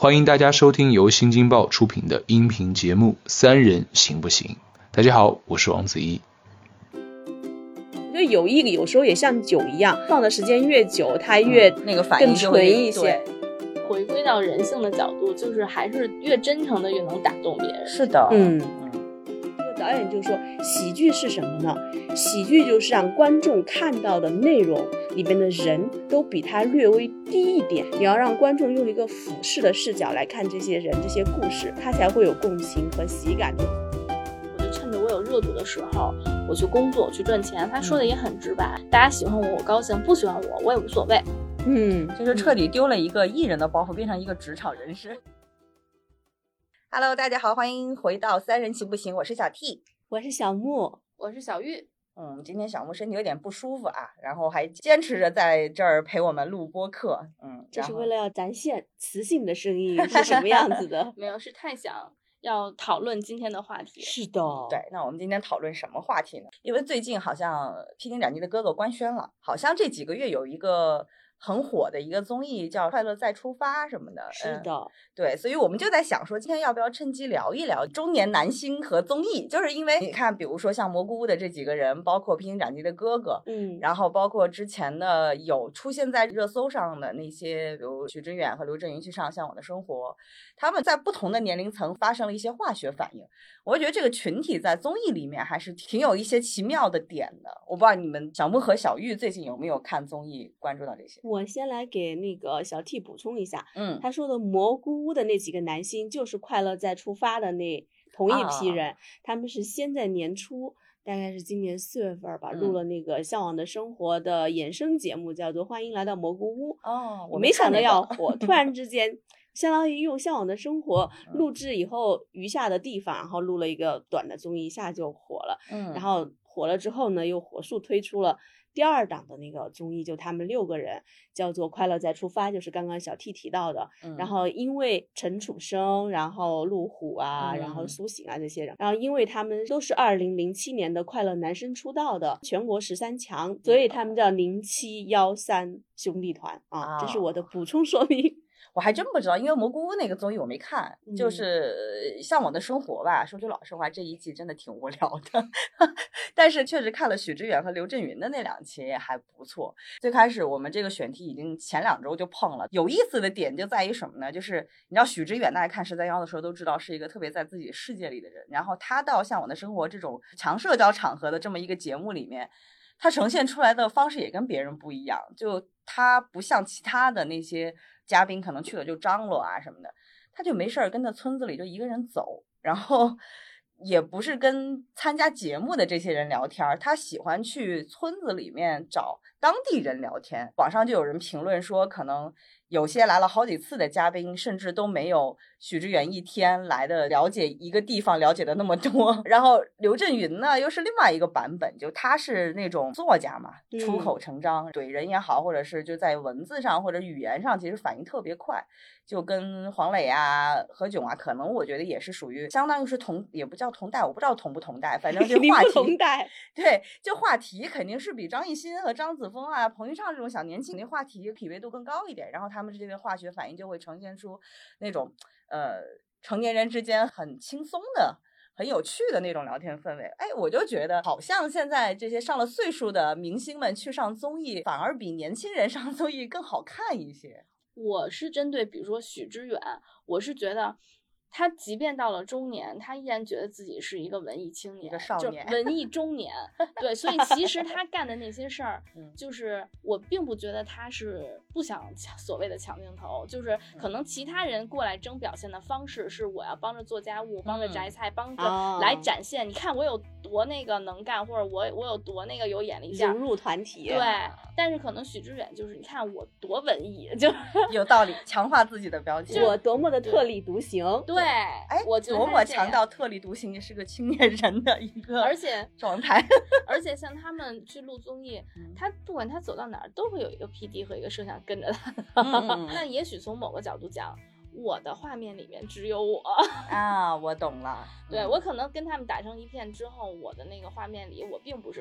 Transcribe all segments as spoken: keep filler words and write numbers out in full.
欢迎大家收听由新京报出品的音频节目《三人行不行》。大家好，我是王子怡。 我觉得友谊有时候也像酒一样，放的时间越久，它越、 嗯、那个反应更纯一些。 回归到人性的角度，就是还是越真诚的越能打动别人。 是的， 嗯。这个导演就说，喜剧是什么呢？喜剧就是让观众看到的内容里面的人都比他略微低一点，你要让观众用一个俯视的视角来看这些人这些故事，他才会有共情和喜感的。 我就趁着我有热度的时候，我去工作去赚钱。他说的也很直白，嗯、大家喜欢我我高兴，不喜欢我我也无所谓。 嗯，就是彻底丢了一个艺人的包袱，变成一个职场人士。Hello， 大家好，欢迎回到三人行不行？我是小 T， 我是小木， 我是小玉。 嗯，今天小木身体有点不舒服啊，然后还坚持着在这儿陪我们录播客。嗯， 这是为了要展现磁性的声音是什么样子的？ 没有，是太想要讨论今天的话题。 是的， 对，那我们今天讨论什么话题呢？因为最近好像《披荆斩棘的哥哥》官宣了，好像这几个月有一个很火的一个综艺叫《快乐再出发》什么的。 是的、嗯， 对，所以我们就在想说，今天要不要趁机聊一聊中年男星和综艺？就是因为你看，比如说像蘑菇屋的这几个人，包括《披荆斩棘的哥哥》， 嗯， 然后包括之前的有出现在热搜上的那些，比如许知远和刘震云去上《向往的生活》，他们在不同的年龄层发生了一些化学反应。我觉得这个群体在综艺里面还是挺有一些奇妙的点的。我不知道你们小木和小玉最近有没有看综艺，关注到这些？ 我先来给那个小 T 补充一下， 嗯， 他说的蘑菇屋的那几个男星就是快乐再出发的那同一批人、啊、他们是先在年初大概是今年四月份吧、嗯、录了那个向往的生活的衍生节目，叫做欢迎来到蘑菇屋。 哦， 我没想到要火，突然之间相当于用向往的生活录制以后余下的地方，然后录了一个短的综艺，一下就火了。 嗯， 然后火了之后呢，又火速推出了第二档的那个综艺，就他们六个人，叫做快乐再出发，就是刚刚小 T 提到的、嗯、然后因为陈楚生，然后陆虎啊、嗯、然后苏醒啊这些人，然后因为他们都是二零零七年的快乐男生出道的全国十三强，所以他们叫零七一三兄弟团啊，这是我的补充说明。 我还真不知道，因为蘑菇屋那个综艺我没看，嗯、就是向往的生活吧。说句老实话，这一季真的挺无聊的，但是确实看了许知远和刘震云的那两期也还不错。最开始我们这个选题已经前两周就碰了，有意思的点就在于什么呢？就是你知道许知远，大家看十三幺的时候都知道是一个特别在自己世界里的人，然后他到向往的生活这种强社交场合的这么一个节目里面，他呈现出来的方式也跟别人不一样，就他不像其他的那些嘉宾可能去了就张罗啊什么的，他就没事儿跟在村子里就一个人走，然后也不是跟参加节目的这些人聊天，他喜欢去村子里面找当地人聊天。网上就有人评论说，可能有些来了好几次的嘉宾甚至都没有许知远一天来的了解一个地方了解的那么多。然后刘震云呢又是另外一个版本，就他是那种作家嘛，出口成章、嗯、怼人也好，或者是就在文字上或者语言上其实反应特别快，就跟黄磊啊何炅啊可能我觉得也是属于相当于是同，也不叫同代，我不知道同不同代，反正就话题同代， 对，就话题肯定是比张艺兴和张子枫啊彭昱畅这种小年轻的话题匹配度更高一点，然后他们这个化学反应就会呈现出那种呃成年人之间很轻松的很有趣的那种聊天氛围。哎，我就觉得好像现在这些上了岁数的明星们去上综艺反而比年轻人上综艺更好看一些。 我是针对比如说许知远，我是觉得他即便到了中年，他依然觉得自己是一个文艺青年， 一个少年， 就文艺中年。对，所以其实他干的那些事儿，就是我并不觉得他是不想所谓的抢镜头，就是可能其他人过来争表现的方式是我要帮着做家务，帮着摘菜，帮着来展现，你看我有多那个能干，或者我我有多那个有眼力劲， 融入团体。 对，但是可能许知远就是你看我多文艺，就有道理，强化自己的标签， 我多么的特立独行。 对。对， 哎， 我多么强调特立独行是个青年人的一个而且状态。 而且像他们去录综艺，他不管他走到哪儿都会有一个 P D 和一个摄像跟着他的。嗯嗯那也许从某个角度讲，我的画面里面只有我啊，我懂了。 对，我可能跟他们打成一片之后，我的那个画面里我并不是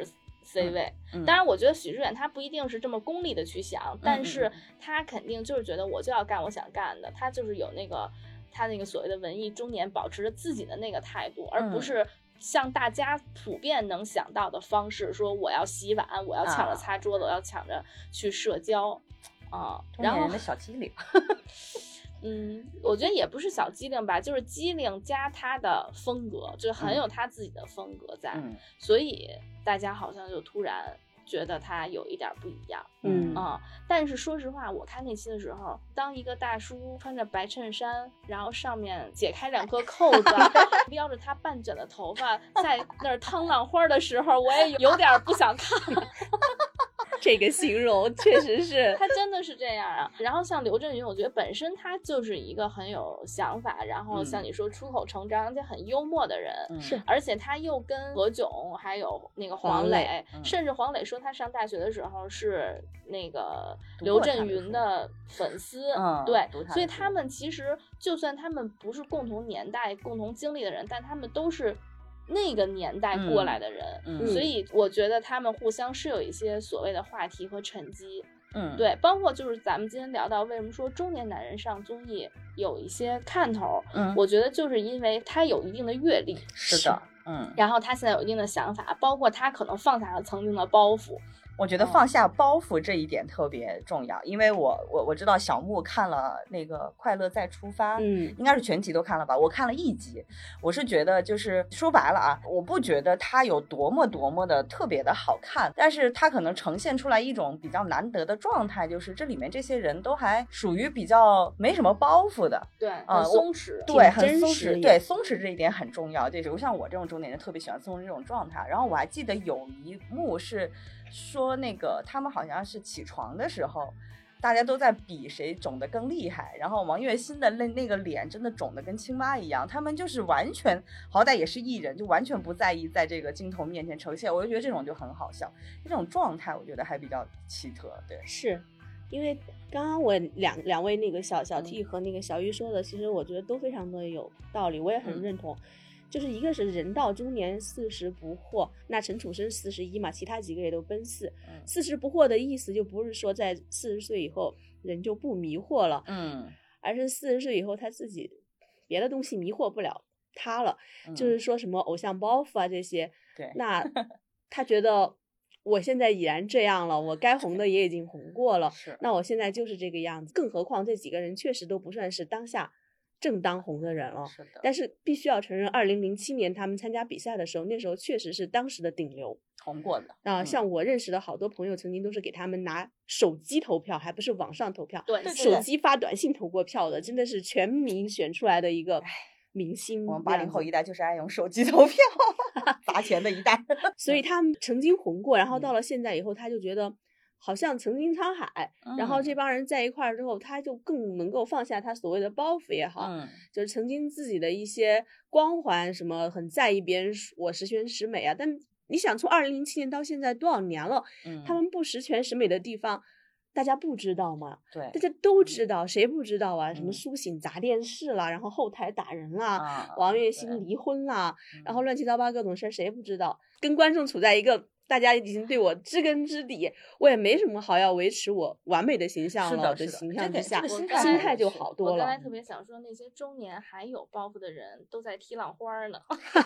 C 位。 嗯嗯、 当然我觉得许知远他不一定是这么功利的去想，但是他肯定就是觉得我就要干我想干的，他就是有那个他那个所谓的文艺中年保持着自己的那个态度，而不是像大家普遍能想到的方式，说我要洗碗，我要抢着擦桌子，啊、我要抢着去社交啊，然后的小机灵。 嗯，我觉得也不是小机灵吧，就是机灵加他的风格，就是很有他自己的风格在，嗯、所以大家好像就突然觉得他有一点不一样。 嗯啊、嗯，但是说实话，我看那期的时候，当一个大叔穿着白衬衫，然后上面解开两颗扣子，撩着他半卷的头发，在那儿趟浪花的时候，我也有点不想看。 这个形容确实是， 他真的是这样啊。然后像刘震云，我觉得本身他就是一个很有想法，然后像你说出口成章，而且很幽默的人。 是、 嗯，而且他又跟何炅还有那个黄磊， 磊嗯、甚至黄磊说他上大学的时候是那个刘震云的粉丝。 嗯， 对，所以他们其实就算他们不是共同年代、共同经历的人，但他们都是那个年代过来的人， 嗯、 所以我觉得他们互相是有一些所谓的话题和沉积。 嗯， 对，包括就是咱们今天聊到为什么说中年男人上综艺有一些看头， 嗯， 我觉得就是因为他有一定的阅历， 是的，嗯， 然后他现在有一定的想法，包括他可能放下了曾经的包袱。 我觉得放下包袱这一点特别重要，嗯、因为我我我知道小木看了那个《快乐再出发》， 嗯， 应该是全集都看了吧？我看了一集，我是觉得就是说白了啊，我不觉得它有多么多么的特别的好看，但是它可能呈现出来一种比较难得的状态，就是这里面这些人都还属于比较没什么包袱的， 对， 呃、 很松弛， 对，很松弛，对，松弛这一点很重要。对，比如像我这种中年人特别喜欢松弛这种状态。然后我还记得有一幕是说那个他们好像是起床的时候，大家都在比谁肿得更厉害，然后王栎鑫的那那个脸真的肿得跟青蛙一样，他们就是完全好歹也是艺人，就完全不在意在这个镜头面前呈现，我就觉得这种就很好笑，这种状态我觉得还比较奇特。对， 是因为刚刚我两两位那个小小 T 和那个小玉说的，其实我觉得都非常的有道理，我也很认同。嗯，就是一个是人到中年四十不惑，那陈楚生四十一嘛，其他几个也都奔四。四十不惑的意思就不是说在四十岁以后人就不迷惑了， 嗯， 而是四十岁以后他自己别的东西迷惑不了他了， 嗯、 就是说什么偶像包袱啊这些。 对， 那他觉得我现在已然这样了，我该红的也已经红过了， 是， 那我现在就是这个样子。更何况这几个人确实都不算是当下正当红的人了， 是的， 但是必须要承认二零零七年他们参加比赛的时候，那时候确实是当时的顶流， 红过的啊、嗯。像我认识的好多朋友曾经都是给他们拿手机投票，还不是网上投票， 对， 手机发短信投过票的，真的是全民选出来的一个明星。 我们八零后一代就是爱用手机投票砸钱的一代所以他们曾经红过，然后到了现在以后他就觉得好像曾经沧海、嗯、然后这帮人在一块儿之后，他就更能够放下他所谓的包袱也好、 嗯、 就是曾经自己的一些光环，什么很在意别人我十全十美啊，但你想从二零零七年到现在多少年了、嗯、他们不十全十美的地方大家不知道吗？ 对， 大家都知道，谁不知道啊？嗯、什么苏醒砸电视啦，然后后台打人啦， 啊、 王栎鑫离婚啦，然后乱七八糟各种事儿，谁不知道？跟观众处在一个大家已经对我知根知底，我也没什么好要维持我完美的形象了的形象之下， 这个、 心态心态就好多了。 我刚才特别想说，那些中年还有包袱的人都在踢浪花呢。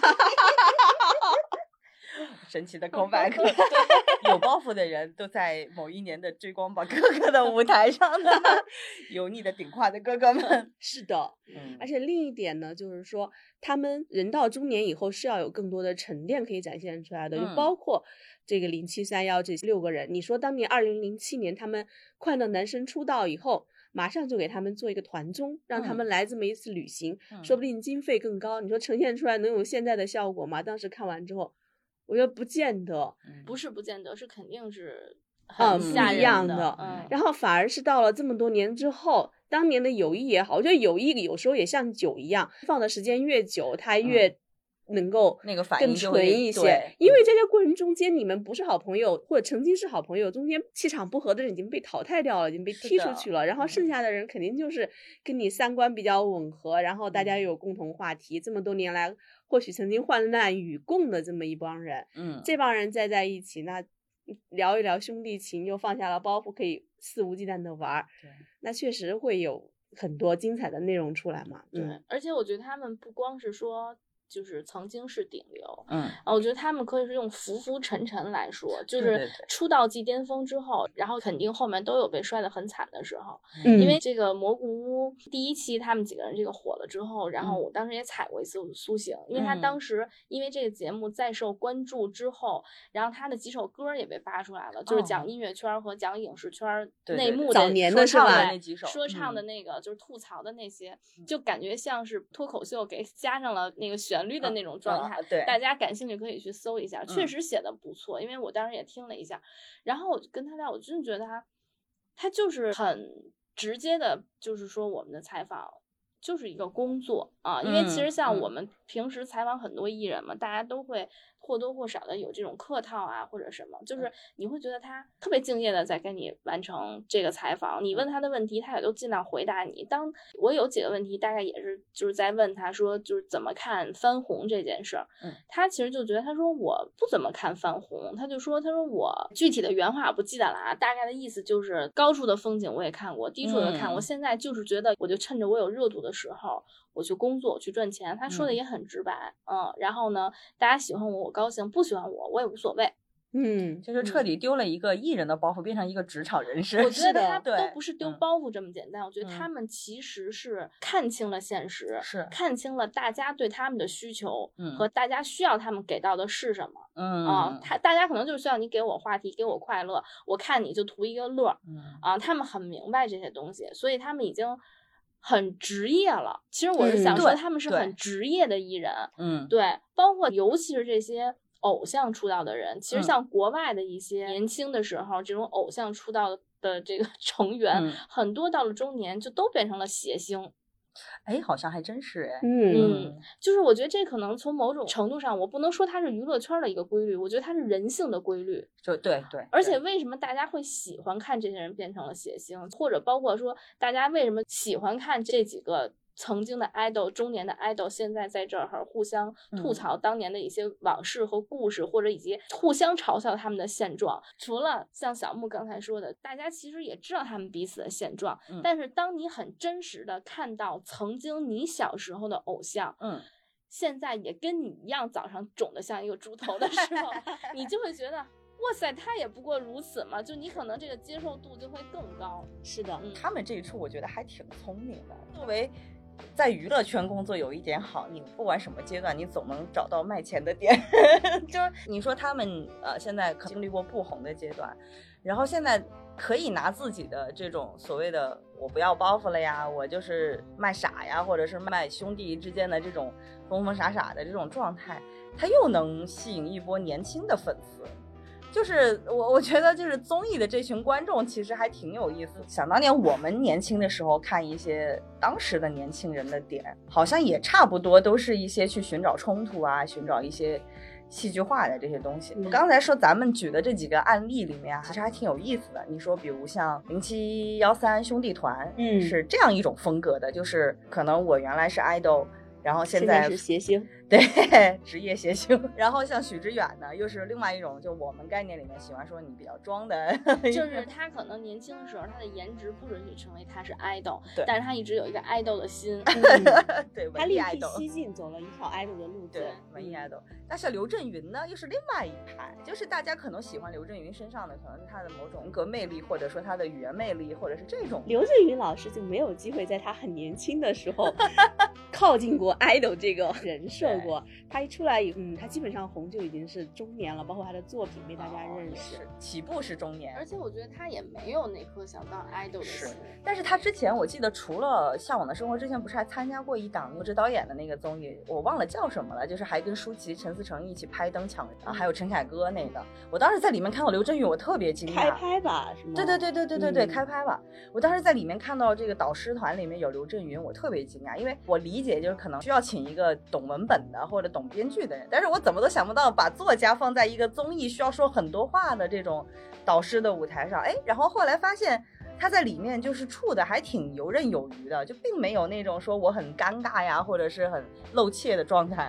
神奇的 comeback 有包袱的人都在某一年的追光吧哥哥的舞台上呢，油腻的顶胯的哥哥们。 是的、 嗯、 而且另一点呢，就是说他们人到中年以后是要有更多的沉淀可以展现出来的、嗯、就包括这个零七三幺这六个人，你说当年二零零七年他们快乐男生出道以后，马上就给他们做一个团综，让他们来这么一次旅行、嗯、说不定经费更高，你说呈现出来能有现在的效果吗？当时看完之后我觉得不见得， 不是不见得，是肯定是很不一样的、 嗯、 然后反而是到了这么多年之后，当年的友谊也好，我觉得友谊有时候也像酒一样，放的时间越久它越能够那个反应更纯一些、 嗯、 因为在这过程中间你们不是好朋友或者曾经是好朋友，中间气场不合的人已经被淘汰掉了，已经被踢出去了，然后剩下的人肯定就是跟你三观比较吻合、嗯、然后大家有共同话题、嗯、这么多年来或许曾经患难与共的这么一帮人， 嗯， 这帮人再在一起，那聊一聊兄弟情，又放下了包袱，可以肆无忌惮的玩，那确实会有很多精彩的内容出来嘛。 对， 嗯， 而且我觉得他们不光是说就是曾经是顶流， 嗯， 啊，我觉得他们可以是用浮浮沉沉来说，就是出道即巅峰之后，然后肯定后面都有被摔得很惨的时候， 嗯， 因为这个蘑菇屋第一期他们几个人这个火了之后，然后我当时也踩过一次苏醒，因为他当时因为这个节目再受关注之后，然后他的几首歌也被扒出来了，就是讲音乐圈和讲影视圈内幕的早年的是吧？ 那几首说唱的那个就是吐槽的那些，就感觉像是脱口秀给加上了那个旋律的那种状态， 嗯嗯、对， 大家感兴趣可以去搜一下，确实写的不错，嗯、因为我当时也听了一下，然后我跟他聊，我真的觉得他，他就是很直接的，就是说我们的采访就是一个工作啊，因为其实像我们平时采访很多艺人嘛，嗯、大家都会或多或少的有这种客套啊或者什么，就是你会觉得他特别敬业的在跟你完成这个采访，你问他的问题他也都尽量回答你。当我有几个问题大概也是就是在问他说就是怎么看翻红这件事儿，嗯，他其实就觉得他说我不怎么看翻红，他就说他说我具体的原话我不记得了啊，大概的意思就是高处的风景我也看过，低处的看过，嗯、现在就是觉得我就趁着我有热度的时候我去工作，我去赚钱。他说的也很直白，嗯, 嗯，然后呢，大家喜欢我我高兴，不喜欢我我也无所谓， 嗯，就是彻底丢了一个艺人的包袱，变成一个职场人士。 我觉得他都不是丢包袱这么简单，我觉得他们其实是看清了现实，是、嗯、看清了大家对他们的需求，嗯，和大家需要他们给到的是什么，嗯啊，他大家可能就是需要你给我话题，给我快乐，我看你就图一个乐，嗯啊，他们很明白这些东西，所以他们已经很职业了。其实我是想说他们是很职业的艺人，嗯，对，包括尤其是这些偶像出道的人，其实像国外的一些年轻的时候、嗯、这种偶像出道的这个成员、嗯、很多到了中年就都变成了谐星。 哎，好像还真是哎， 嗯，就是我觉得这可能从某种程度上，我不能说它是娱乐圈的一个规律，我觉得它是人性的规律。 就对对。 而且为什么大家会喜欢看这些人变成了谐星，或者包括说大家为什么喜欢看这几个曾经的 idol 中年的 idol 现在在这儿互相吐槽当年的一些往事和故事、嗯、或者以及互相嘲笑他们的现状，除了像小木刚才说的大家其实也知道他们彼此的现状、嗯、但是当你很真实的看到曾经你小时候的偶像嗯，现在也跟你一样早上肿得像一个猪头的时候你就会觉得哇塞，他也不过如此嘛，就你可能这个接受度就会更高。 是的、 嗯、他们这一处我觉得还挺聪明的，作为在娱乐圈工作有一点好，你不管什么阶段你总能找到卖钱的点就是你说他们呃现在经历过不红的阶段，然后现在可以拿自己的这种所谓的我不要包袱了呀，我就是卖傻呀，或者是卖兄弟之间的这种疯疯傻傻的这种状态，他又能吸引一波年轻的粉丝。就是我我觉得就是综艺的这群观众其实还挺有意思。想当年我们年轻的时候看一些当时的年轻人的点，好像也差不多都是一些去寻找冲突啊，寻找一些戏剧化的这些东西。我、嗯、刚才说咱们举的这几个案例里面啊，其实还挺有意思的。你说比如像零七一三兄弟团，嗯，是这样一种风格的，就是可能我原来是 idol，然后现在, 现在是谐星， 对，职业谐星。然后像许知远呢，又是另外一种，就我们概念里面喜欢说你比较装的， 就是他可能年轻的时候他的颜值不允许成为他是 idol， 但是他一直有一个 idol 的心， 嗯、对， 他另辟蹊径走了一条 idol 的路， 对，文艺 idol。但是刘震云呢，又是另外一派，就是大家可能喜欢刘震云身上的可能是他的某种人格魅力，或者说他的语言魅力，或者是这种。 刘震云老师就没有机会在他很年轻的时候靠近过 idol 这个人设过，他一出来，嗯，他基本上红就已经是中年了，包括他的作品被大家认识， 哦、起步是中年。 而且我觉得他也没有那颗想当 idol 的心。 但是他之前我记得除了《向往的生活》之前，不是还参加过一档吴指导演的那个综艺，我忘了叫什么了，就是还跟舒淇、陈思诚一起拍灯抢人，还有陈凯歌那个。我当时在里面看到刘震云，我特别惊讶。 开拍吧，是吗？ 对对对对对对对、嗯，开拍吧。我当时在里面看到这个导师团里面有刘震云，我特别惊讶，因为我理解就是可能需要请一个懂文本的或者懂编剧的人，但是我怎么都想不到把作家放在一个综艺需要说很多话的这种导师的舞台上。哎，然后后来发现他在里面就是处的还挺游刃有余的，就并没有那种说我很尴尬呀或者是很露怯的状态。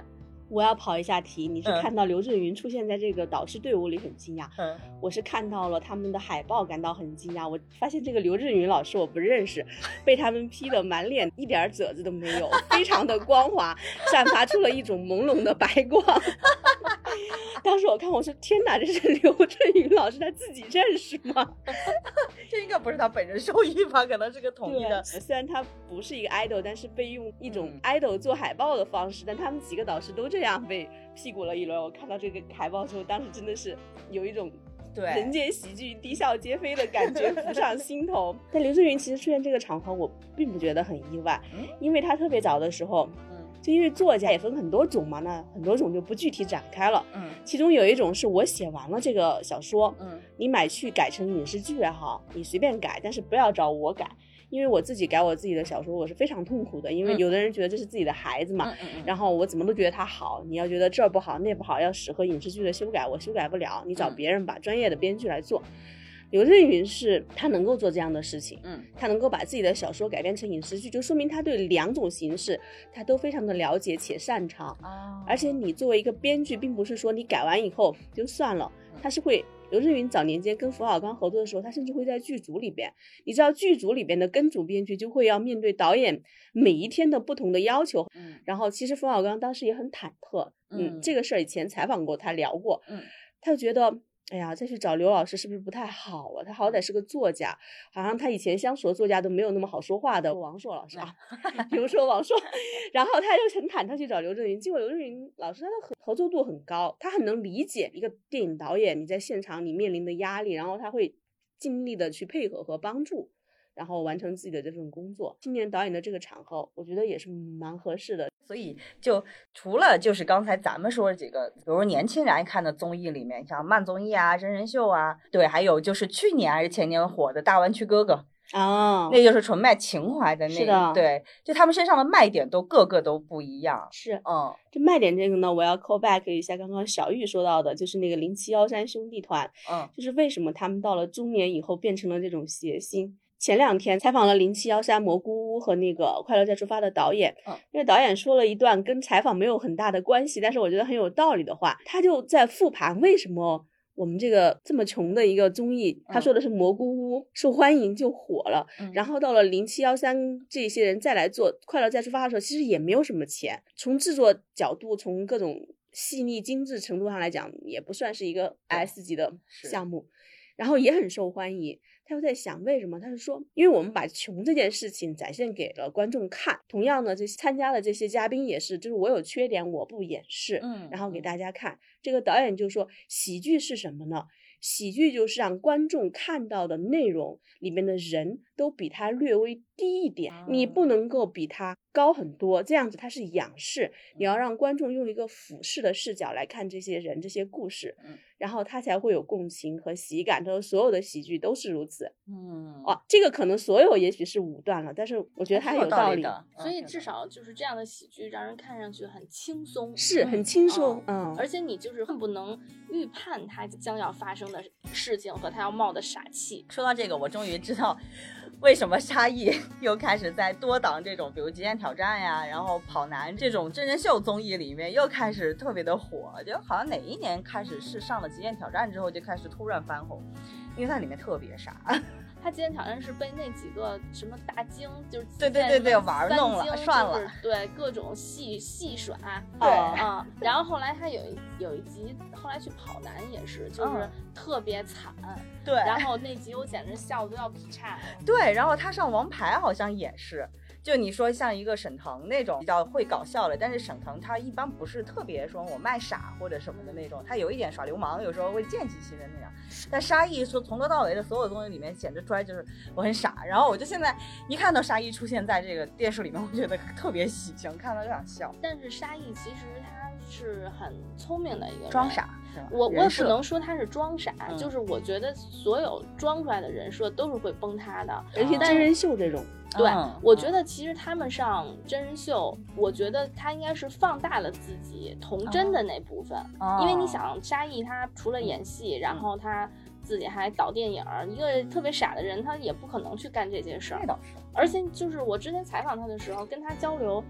我要跑一下题，你是看到刘震云出现在这个导师队伍里很惊讶， 嗯， 我是看到了他们的海报感到很惊讶。我发现这个刘震云老师我不认识，被他们 P 的满脸一点褶子都没有，非常的光滑，散发出了一种朦胧的白光。当时我看我说天哪，这是刘震云老师他自己认识吗？ 这应该不是他本人授意吧，可能是个统一的。 虽然他不是一个 idol， 但是被用一种 idol 做海报的方式、嗯、但他们几个导师都这样被屁股了一轮。我看到这个海报的时候，当时真的是有一种人间喜剧啼笑皆非的感觉浮上心头。但刘震云其实出现这个场合我并不觉得很意外、嗯、因为他特别早的时候就因为作家也分很多种嘛，那很多种就不具体展开了。嗯，其中有一种是我写完了这个小说，嗯，你买去改成影视剧也好，你随便改，但是不要找我改，因为我自己改我自己的小说，我是非常痛苦的，因为有的人觉得这是自己的孩子嘛，嗯、然后我怎么都觉得他好，你要觉得这儿不好那不好，要适合影视剧的修改，我修改不了，你找别人吧，嗯、专业的编剧来做。刘震云是他能够做这样的事情，嗯，他能够把自己的小说改编成影视剧，就说明他对两种形式他都非常的了解且擅长、哦、而且你作为一个编剧，并不是说你改完以后就算了，他是会刘震云早年间跟冯小刚合作的时候，他甚至会在剧组里边，你知道剧组里边的跟组编剧就会要面对导演每一天的不同的要求，嗯，然后其实冯小刚当时也很忐忑，嗯，嗯这个事儿以前采访过他聊过，嗯，他就觉得哎呀，再去找刘老师是不是不太好啊？他好歹是个作家，好像他以前相处的作家都没有那么好说话的。王朔老师啊，比如说王朔，然后他就很忐忑去找刘震云，结果刘震云老师他的合作度很高，他很能理解一个电影导演你在现场你面临的压力，然后他会尽力的去配合和帮助，然后完成自己的这份工作。青年导演的这个场合，我觉得也是蛮合适的。 所以就除了就是刚才咱们说的几个，比如年轻人看的综艺里面，像慢综艺啊、真人秀啊，对，还有就是去年还是前年火的大湾区哥哥啊、哦， 那就是纯卖情怀的那个， 是的， 对，就他们身上的卖点都个个都不一样。 是， 嗯， 这卖点这个呢，我要 call back 一下刚刚小玉说到的，就是那个零七一三兄弟团，嗯，就是为什么他们到了中年以后变成了这种谐星。前两天采访了零七一三蘑菇屋和那个快乐再出发的导演，嗯，因为导演说了一段跟采访没有很大的关系，但是我觉得很有道理的话，他就在复盘为什么我们这个这么穷的一个综艺，他说的是蘑菇屋受欢迎就火了，嗯，然后到了零七一三这些人再来做快乐再出发的时候，其实也没有什么钱，从制作角度从各种细腻精致程度上来讲也不算是一个 S 级的项目，然后也很受欢迎。他又在想为什么，他是说因为我们把穷这件事情展现给了观众看，同样的这些参加的这些嘉宾也是，就是我有缺点我不掩饰，嗯，然后给大家看。这个导演就说喜剧是什么呢？喜剧就是让观众看到的内容里面的人都比他略微低一点，你不能够比他高很多，这样子他是仰视，你要让观众用一个俯视的视角来看这些人这些故事，然后他才会有共情和喜感。他说所有的喜剧都是如此，嗯，哦，这个可能所有也许是武断了，但是我觉得他有道理的， 所以至少就是这样的喜剧让人看上去很轻松， 是很轻松，嗯， 而且你就是恨不能预判他将要发生的事情和他要冒的傻气。 说到这个，我终于知道为什么沙溢又开始在多档这种比如极限挑战呀，然后跑男这种真人秀综艺里面又开始特别的火，就好像哪一年开始是上了极限挑战之后就开始突然翻红，因为它里面特别傻。 他极限挑战是被那几个什么大精，就是对对对对玩弄了涮了， 就是、对各种戏戏耍， 对啊、嗯，然后后来他有一有一集，后来去跑男也是，就是特别惨，嗯、 对， 然后那集我简直笑得都要劈叉。 对，然后他上王牌好像也是。就你说像一个沈腾那种比较会搞笑的，但是沈腾他一般不是特别说我卖傻或者什么的那种，他有一点耍流氓，有时候会贱兮兮的那样。但沙溢说从头到尾的所有东西里面显示出来就是我很傻，然后我就现在一看到沙溢出现在这个电视里面，我觉得特别喜庆，看到就想笑。 但是沙溢其实他是很聪明的一个人， 装傻。 我我也不能说他是装傻、嗯，就是我觉得所有装出来的人设都是会崩塌的， 尤其真人秀这种。 对、嗯，我觉得其实他们上真人秀，我觉得他应该是放大了自己童真的那部分，哦、因为你想沙溢他除了演戏，嗯、然后他自己还导电影，一个特别傻的人，他也不可能去干这些事儿。而且就是我之前采访他的时候，跟他交流。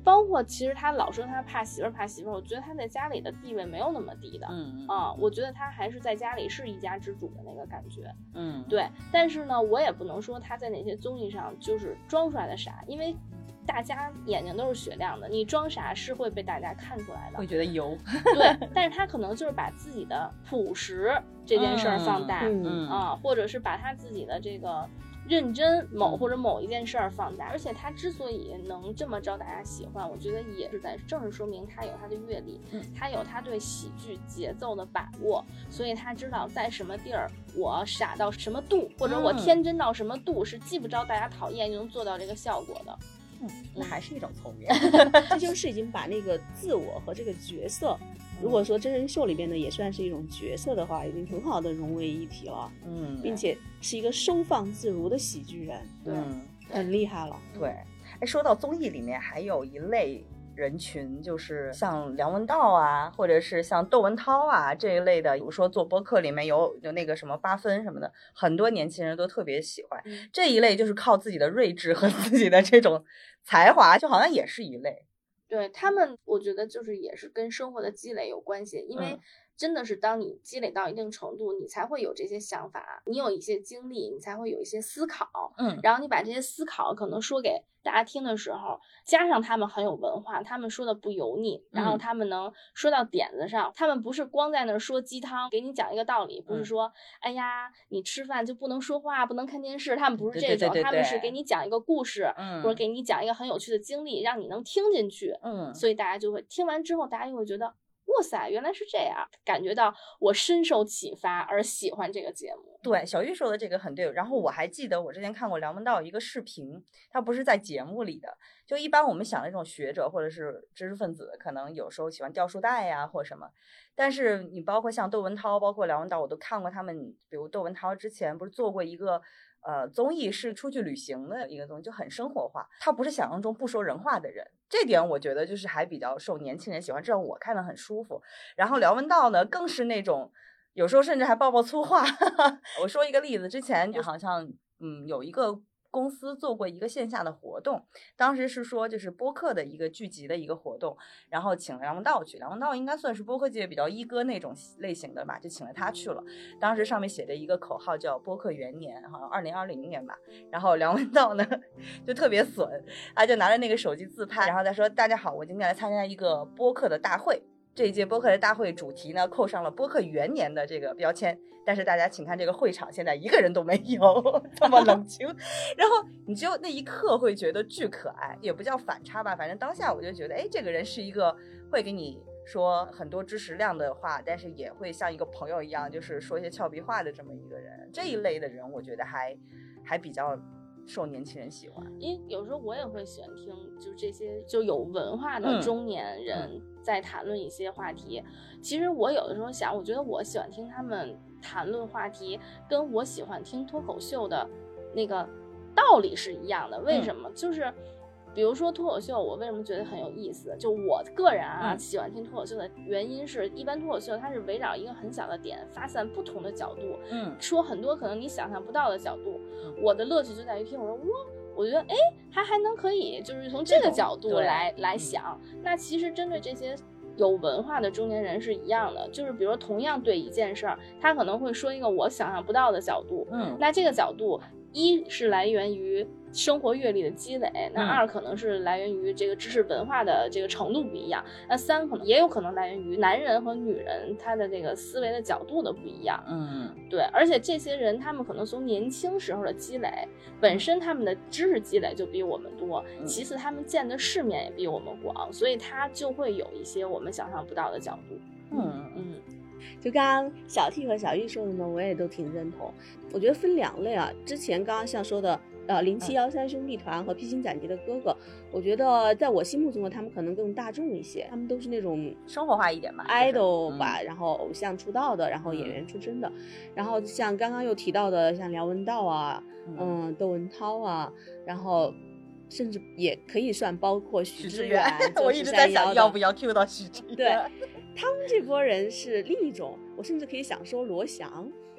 包括其实他老说他怕媳妇儿怕媳妇儿，我觉得他在家里的地位没有那么低的， 嗯啊、嗯，我觉得他还是在家里是一家之主的那个感觉， 嗯， 对。但是呢，我也不能说他在哪些综艺上就是装出来的傻，因为大家眼睛都是雪亮的，你装傻是会被大家看出来的， 会觉得油。 对，但是他可能就是把自己的朴实这件事儿放大， 嗯嗯啊，或者是把他自己的这个认真某或者某一件事儿放大，而且他之所以能这么招大家喜欢，我觉得也是在正是说明他有他的阅历， 嗯， 他有他对喜剧节奏的把握，所以他知道在什么地儿我傻到什么度，或者我天真到什么度，是既不招大家讨厌又能做到这个效果的。 嗯，那还是一种聪明。 这就是已经把那个自我和这个角色，如果说真人秀里边的也算是一种角色的话，已经很好的融为一体了， 嗯， 并且是一个收放自如的喜剧人， 对， 嗯，很厉害了。 对，哎，说到综艺里面还有一类人群，就是像梁文道啊，或者是像窦文涛啊这一类的，比如说做播客里面有有那个什么八分什么的，很多年轻人都特别喜欢、嗯、这一类，就是靠自己的睿智和自己的这种才华，就好像也是一类。 对他们，我觉得就是也是跟生活的积累有关系，因为真的是当你积累到一定程度，你才会有这些想法，你有一些经历，你才会有一些思考， 嗯， 然后你把这些思考可能说给大家听的时候，加上他们很有文化，他们说的不油腻，然后他们能说到点子上，嗯、他们不是光在那儿说鸡汤，给你讲一个道理，不是说、嗯、哎呀你吃饭就不能说话，不能看电视，他们不是这种， 对对对对对， 他们是给你讲一个故事， 嗯， 或者给你讲一个很有趣的经历，让你能听进去， 嗯， 所以大家就会听完之后，大家就会觉得哇塞，原来是这样，感觉到我深受启发而喜欢这个节目。 对，小玉说的这个很对。然后我还记得我之前看过梁文道一个视频，他不是在节目里的，就一般我们想那种学者或者是知识分子，可能有时候喜欢掉书袋呀、啊、或什么。但是你包括像窦文涛，包括梁文道，我都看过他们，比如窦文涛之前不是做过一个呃综艺，是出去旅行的一个综艺，就很生活化，他不是想象中不说人话的人，这点我觉得就是还比较受年轻人喜欢，这让我看得很舒服。然后梁文道呢更是那种有时候甚至还爆爆粗话我说一个例子，之前就好像嗯有一个公司做过一个线下的活动，当时是说就是播客的一个聚集的一个活动，然后请了梁文道去，梁文道应该算是播客界比较一哥那种类型的吧，就请了他去了。当时上面写着一个口号叫播客元年，好像二零二零年吧，然后梁文道呢就特别损，他就拿着那个手机自拍，然后他说大家好，我今天来参加一个播客的大会，这一届播客的大会主题呢扣上了播客元年的这个标签，但是大家请看这个会场现在一个人都没有，这么冷清然后你就那一刻会觉得巨可爱，也不叫反差吧，反正当下我就觉得哎，这个人是一个会给你说很多知识量的话，但是也会像一个朋友一样就是说一些俏皮话的这么一个人，这一类的人我觉得还还比较受年轻人喜欢。 因为有时候我也会喜欢听就是这些就有文化的中年人在谈论一些话题、嗯、其实我有的时候想，我觉得我喜欢听他们谈论话题跟我喜欢听脱口秀的那个道理是一样的。为什么、嗯、就是比如说脱口秀，我为什么觉得很有意思，就我个人啊、嗯、喜欢听脱口秀的原因是，一般脱口秀它是围绕一个很小的点发散不同的角度， 嗯， 说很多可能你想象不到的角度、嗯、我的乐趣就在于听我说哇，我觉得哎，他还能可以就是从这个角度来来想、嗯、那其实针对这些有文化的中年人是一样的，就是比如说同样对一件事儿，他可能会说一个我想象不到的角度， 嗯， 那这个角度一是来源于生活阅历的积累，那二可能是来源于这个知识文化的这个程度不一样，那三可能也有可能来源于男人和女人他的这个思维的角度的不一样。 嗯， 对，而且这些人他们可能从年轻时候的积累，本身他们的知识积累就比我们多，其次他们见的世面也比我们广，所以他就会有一些我们想象不到的角度。 嗯嗯， 就刚刚小 T 和小玉说的呢，我也都挺认同。我觉得分两类啊，之前刚刚像说的呃零七一三兄弟团和披荆斩棘的哥哥，我觉得在我心目中的他们可能更大众一些，他们都是那种生活化一点嘛 idol 吧、嗯、然后偶像出道的，然后演员出身的、嗯、然后像刚刚又提到的像梁文道啊嗯窦文涛啊，然后甚至也可以算包括许知远我一直在想要不要 Q 到许知远， 对，他们这波人是另一种，我甚至可以想说罗翔，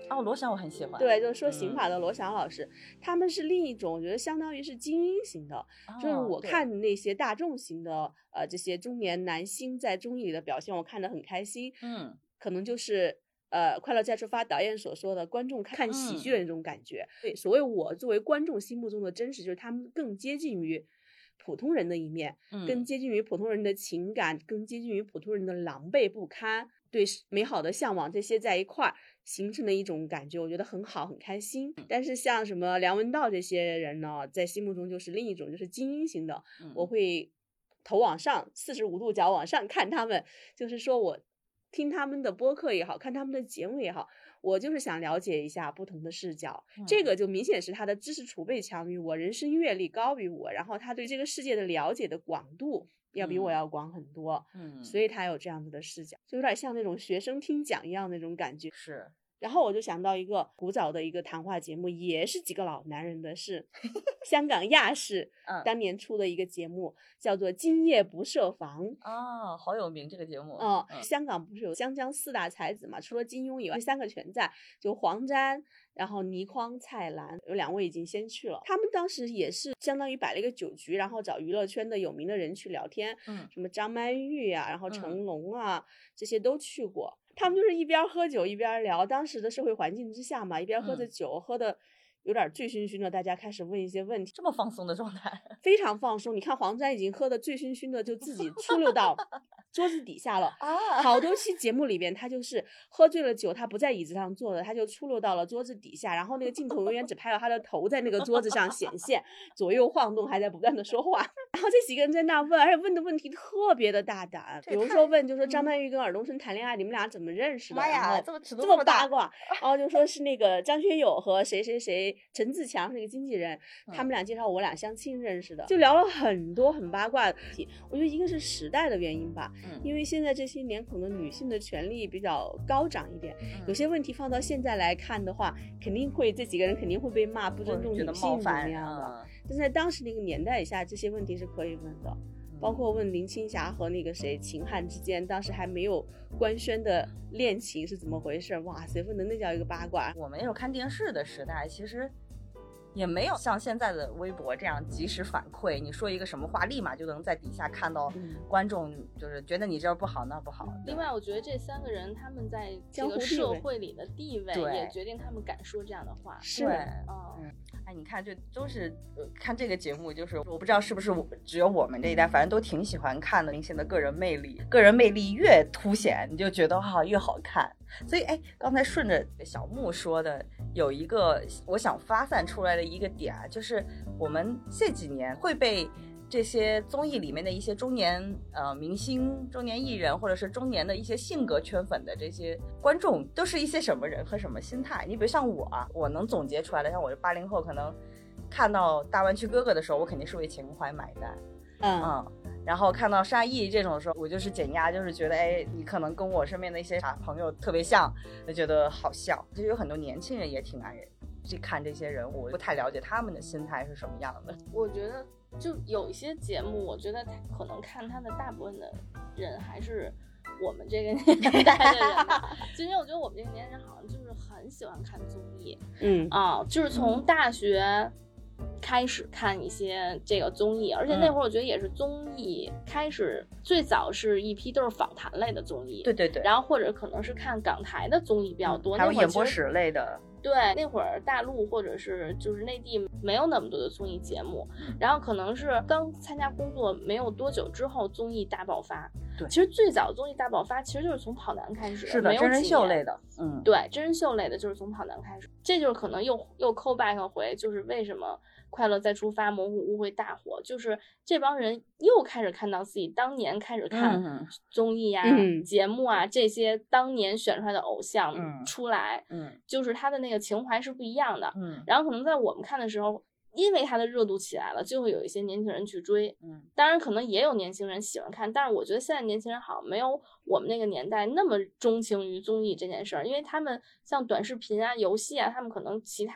哦，罗翔我很喜欢。 对，就是说刑法的罗翔老师、嗯、他们是另一种我觉得相当于是精英型的、哦、就是我看那些大众型的呃这些中年男星在综艺里的表现我看得很开心。 嗯， 可能就是呃快乐再出发导演所说的观众看喜剧的那种感觉、嗯、对，所谓我作为观众心目中的真实就是他们更接近于普通人的一面、嗯、更接近于普通人的情感，更接近于普通人的狼狈不堪，对美好的向往，这些在一块儿形成的一种感觉我觉得很好很开心。但是像什么梁文道这些人呢，在心目中就是另一种就是精英型的、嗯、我会头往上四十五度角往上看他们，就是说我听他们的播客也好，看他们的节目也好，我就是想了解一下不同的视角、嗯、这个就明显是他的知识储备强于我，人生阅历高于我，然后他对这个世界的了解的广度要比我要广很多。嗯，所以他有这样子的视角，就有点像那种学生听讲一样那种感觉。 是。 然后我就想到一个古早的一个谈话节目，也是几个老男人的，是香港亚视当年出的一个节目、嗯、叫做今夜不设防。 哦，好有名这个节目。 哦、嗯，香港不是有湘江四大才子嘛，除了金庸以外，三个全在，就黄沾，然后倪匡、蔡澜，有两位已经先去了。他们当时也是相当于摆了一个酒局，然后找娱乐圈的有名的人去聊天，嗯，什么张曼玉啊，然后成龙啊、嗯、这些都去过。他们就是一边喝酒一边聊，当时的社会环境之下嘛，一边喝着酒、嗯、喝的有点醉醺醺的，大家开始问一些问题。 这么放松的状态， 非常放松。你看黄沾已经喝的醉醺醺的，就自己出溜到桌子底下了啊！好多期节目里边，他就是喝醉了酒，他不在椅子上坐的，他就出溜到了桌子底下，然后那个镜头永远只拍到他的头在那个桌子上显现，左右晃动，还在不断的说话。然后这几个人在那问，而且问的问题特别的大胆，比如说问，就说张曼玉跟尔冬升谈恋爱，嗯、你们俩怎么认识的？ 妈呀， 这么这么八卦，然后就说是那个张学友和谁谁谁，陈自强是一个经纪人，他们俩介绍我俩相亲认识的，就聊了很多很八卦的题。我觉得一个是时代的原因吧，嗯、因为现在这些年可能女性的权利比较高涨一点，嗯、有些问题放到现在来看的话，肯定会这几个人肯定会被骂不尊重女性怎么样的。但是在当时那个年代下，这些问题是可以问的，包括问林青霞和那个谁秦汉之间当时还没有官宣的恋情是怎么回事，哇塞，问的那叫一个八卦。 我们那时候看电视的时代其实也没有像现在的微博这样及时反馈，你说一个什么话立马就能在底下看到观众就是觉得你这不好那不好。 另外我觉得这三个人他们在这个社会里的地位也决定他们敢说这样的话。 是，嗯，哎，你看这都是、呃、看这个节目，就是我不知道是不是只有我们这一代，反正都挺喜欢看的明星的个人魅力，个人魅力越凸显你就觉得哈、啊、越好看。所以哎，刚才顺着小木说的有一个我想发散出来的一个点，就是我们这几年会被这些综艺里面的一些中年呃明星、中年艺人，或者是中年的一些性格圈粉的这些观众，都是一些什么人和什么心态？你比如像我啊，我能总结出来的，像我这八零后，可能看到大湾区哥哥的时候，我肯定是为情怀买单，嗯。嗯然后看到沙溢这种的时候，我就是减压，就是觉得哎，你可能跟我身边的一些傻朋友特别像，就觉得好笑。就有很多年轻人也挺爱去看这些人物，不太了解他们的心态是什么样的。 我觉得就有一些节目，我觉得可能看他的大部分的人还是我们这个年代的人吧。就因为我觉得我们这个年代人好像就是很喜欢看综艺，嗯啊，就是从大学开始看一些这个综艺，而且那会儿我觉得也是综艺开始，最早是一批都是访谈类的综艺， 对对对， 然后或者可能是看港台的综艺比较多， 还有演播室类的。 对，那会儿大陆或者是就是内地没有那么多的综艺节目，然后可能是刚参加工作没有多久之后综艺大爆发。 对， 其实最早综艺大爆发其实就是从跑男开始， 是的，真人秀类的，嗯， 对，真人秀类的就是从跑男开始，这就是可能又又 call back 回，就是为什么快乐再出发、猛虎屋会大火，就是这帮人又开始看到自己当年开始看综艺啊、嗯、节目啊这些当年选出来的偶像出来，嗯，就是他的那个情怀是不一样的，嗯，然后可能在我们看的时候，因为它的热度起来了，就会有一些年轻人去追，嗯，当然可能也有年轻人喜欢看，但是我觉得现在年轻人好像没有我们那个年代那么钟情于综艺这件事儿，因为他们像短视频啊、游戏啊，他们可能其他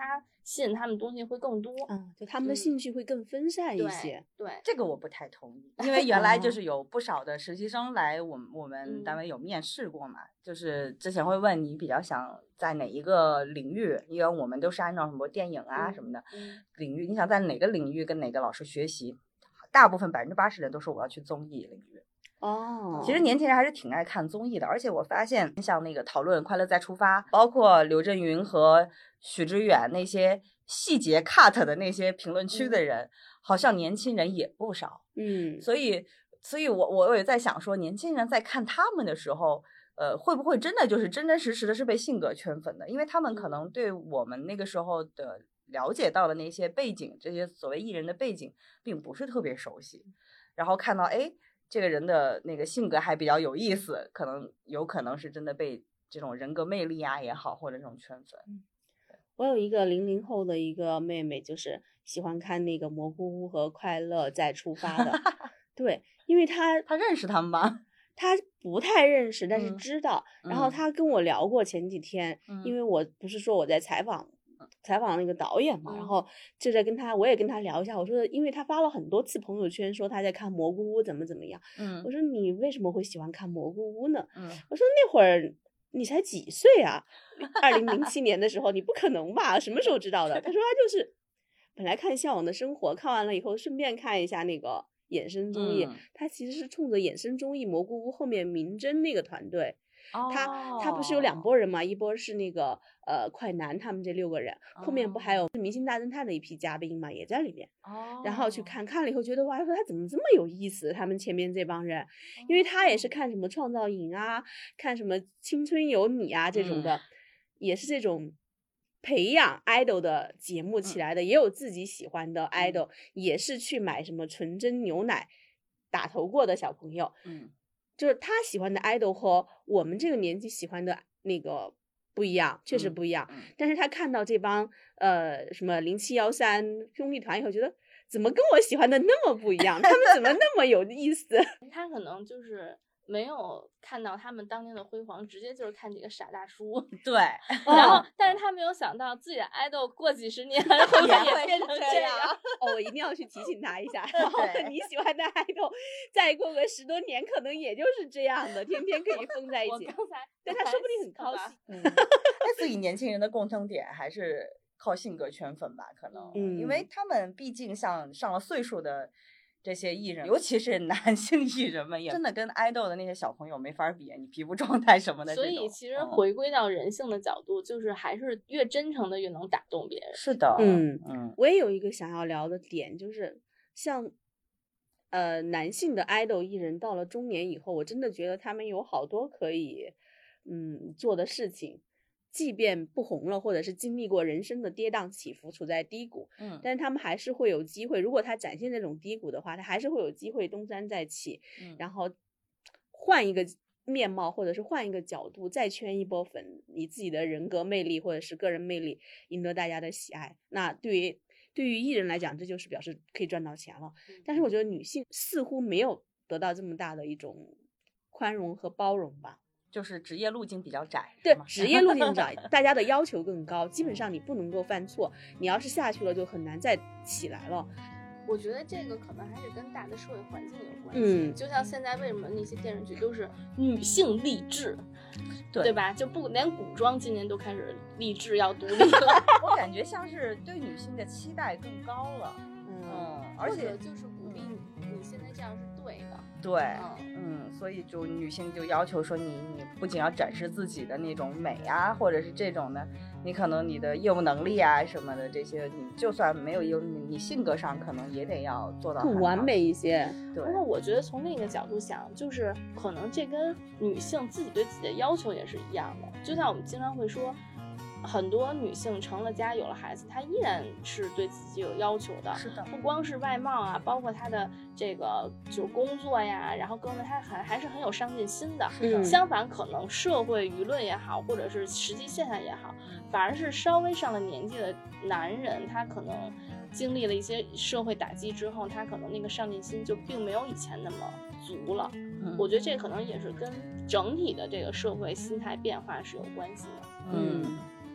吸引他们东西会更多。 嗯，就他们的兴趣会更分散一些。 对，对这个我不太同意，因为原来就是有不少的实习生来我们我们单位有面试过嘛，嗯、就是之前会问你比较想在哪一个领域，因为我们都是按照什么电影啊什么的、嗯、领域，你想在哪个领域跟哪个老师学习，大部分百分之八十人都说我要去综艺领域。 哦， 其实年轻人还是挺爱看综艺的，而且我发现像那个讨论《快乐再出发》，包括刘震云和许知远那些细节 cut 的那些评论区的人、嗯、好像年轻人也不少。 嗯， 所以所以我我也在想说，年轻人在看他们的时候呃，会不会真的就是真真实实的是被性格圈粉的，因为他们可能对我们那个时候的了解到的那些背景，这些所谓艺人的背景并不是特别熟悉，然后看到哎这个人的那个性格还比较有意思，可能有可能是真的被这种人格魅力啊也好，或者这种圈粉。 我有一个零零后的一个妹妹，就是喜欢看那个蘑菇屋和快乐再出发的。对，因为她她认识他们吗？ 她不太认识，但是知道。 嗯、 然后她跟我聊过前几天、嗯，因为我不是说我在采访。采访那个导演嘛、嗯，然后就在跟他，我也跟他聊一下。我说，因为他发了很多次朋友圈，说他在看蘑菇屋怎么怎么样。 嗯， 我说你为什么会喜欢看蘑菇屋呢？ 嗯， 我说那会儿你才几岁啊？二零零七年的时候，你不可能吧？什么时候知道的？他说他就是本来看《向往的生活》，看完了以后顺便看一下那个衍生综艺。嗯、他其实是冲着衍生综艺蘑菇屋后面明侦那个团队。他他不是有两拨人嘛？一波是那个呃快男他们这六个人，后面不还有明星大侦探的一批嘉宾嘛，也在里面。 哦， 然后去看看了以后觉得哇，说他怎么这么有意思？他们前面这帮人，因为他也是看什么创造营啊，看什么青春有你啊这种的，嗯、也是这种培养 idol 的节目起来的，嗯、也有自己喜欢的 idol，、嗯、也是去买什么纯真牛奶打头过的小朋友。 嗯。 就是他喜欢的 idol 和我们这个年纪喜欢的那个不一样，确实不一样。 嗯嗯、 但是他看到这帮呃什么零七一三兄弟团以后，觉得怎么跟我喜欢的那么不一样？他们怎么那么有意思？ 他可能就是没有看到他们当年的辉煌，直接就是看几个傻大叔。 对， 然后，但是他没有想到自己的爱豆过几十年会也变成这样。 哦，我一定要去提醒他一下。然后你喜欢的爱豆，再过个十多年，可能也就是这样的，天天可以疯在一起。 我刚才， 但他说不定很高兴。 嗯，所以年轻人的共同点还是靠性格圈粉吧，可能， 嗯， 因为他们毕竟像上了岁数的。这些艺人，尤其是男性艺人们，也真的跟爱豆的那些小朋友没法比，你皮肤状态什么的。 所以其实回归到人性的角度，嗯、就是还是越真诚的越能打动别人。 是的， 嗯嗯。 我也有一个想要聊的点，就是像呃男性的 idol 艺人到了中年以后，我真的觉得他们有好多可以嗯做的事情。即便不红了，或者是经历过人生的跌宕起伏，处在低谷， 嗯， 但是他们还是会有机会。如果他展现这种低谷的话，他还是会有机会东山再起， 嗯， 然后换一个面貌，或者是换一个角度，再圈一波粉，以自己的人格魅力或者是个人魅力赢得大家的喜爱。那对于对于艺人来讲，这就是表示可以赚到钱了。 嗯、 但是我觉得女性似乎没有得到这么大的一种宽容和包容吧。 就是职业路径比较窄， 对，职业路径窄，大家的要求更高，基本上你不能够犯错，你要是下去了就很难再起来了。 我觉得这个可能还是跟大的社会环境有关系。 嗯， 就像现在为什么那些电视剧都是女性励志， 对对吧？就不连古装今年都开始励志要独立了。 我感觉像是对女性的期待更高了。 嗯， 嗯而且就是鼓励你，你现在这样是对的。 对，嗯, 嗯，所以就女性就要求说你，你不仅要展示自己的那种美啊，或者是这种的，你可能你的业务能力啊什么的这些，你就算没有业务，你你性格上可能也得要做到更完美一些。 对。 不过我觉得从另一个角度想，就是可能这跟女性自己对自己的要求也是一样的。就像我们经常会说，很多女性成了家有了孩子，她依然是对自己有要求的。 是的， 不光是外貌啊，包括她的这个就是工作呀，然后跟着她还还是很有上进心的。 是的。 相反，可能社会舆论也好，或者是实际现象也好，反而是稍微上了年纪的男人，他可能经历了一些社会打击之后，他可能那个上进心就并没有以前那么足了。 嗯， 我觉得这可能也是跟整体的这个社会心态变化是有关系的。 嗯。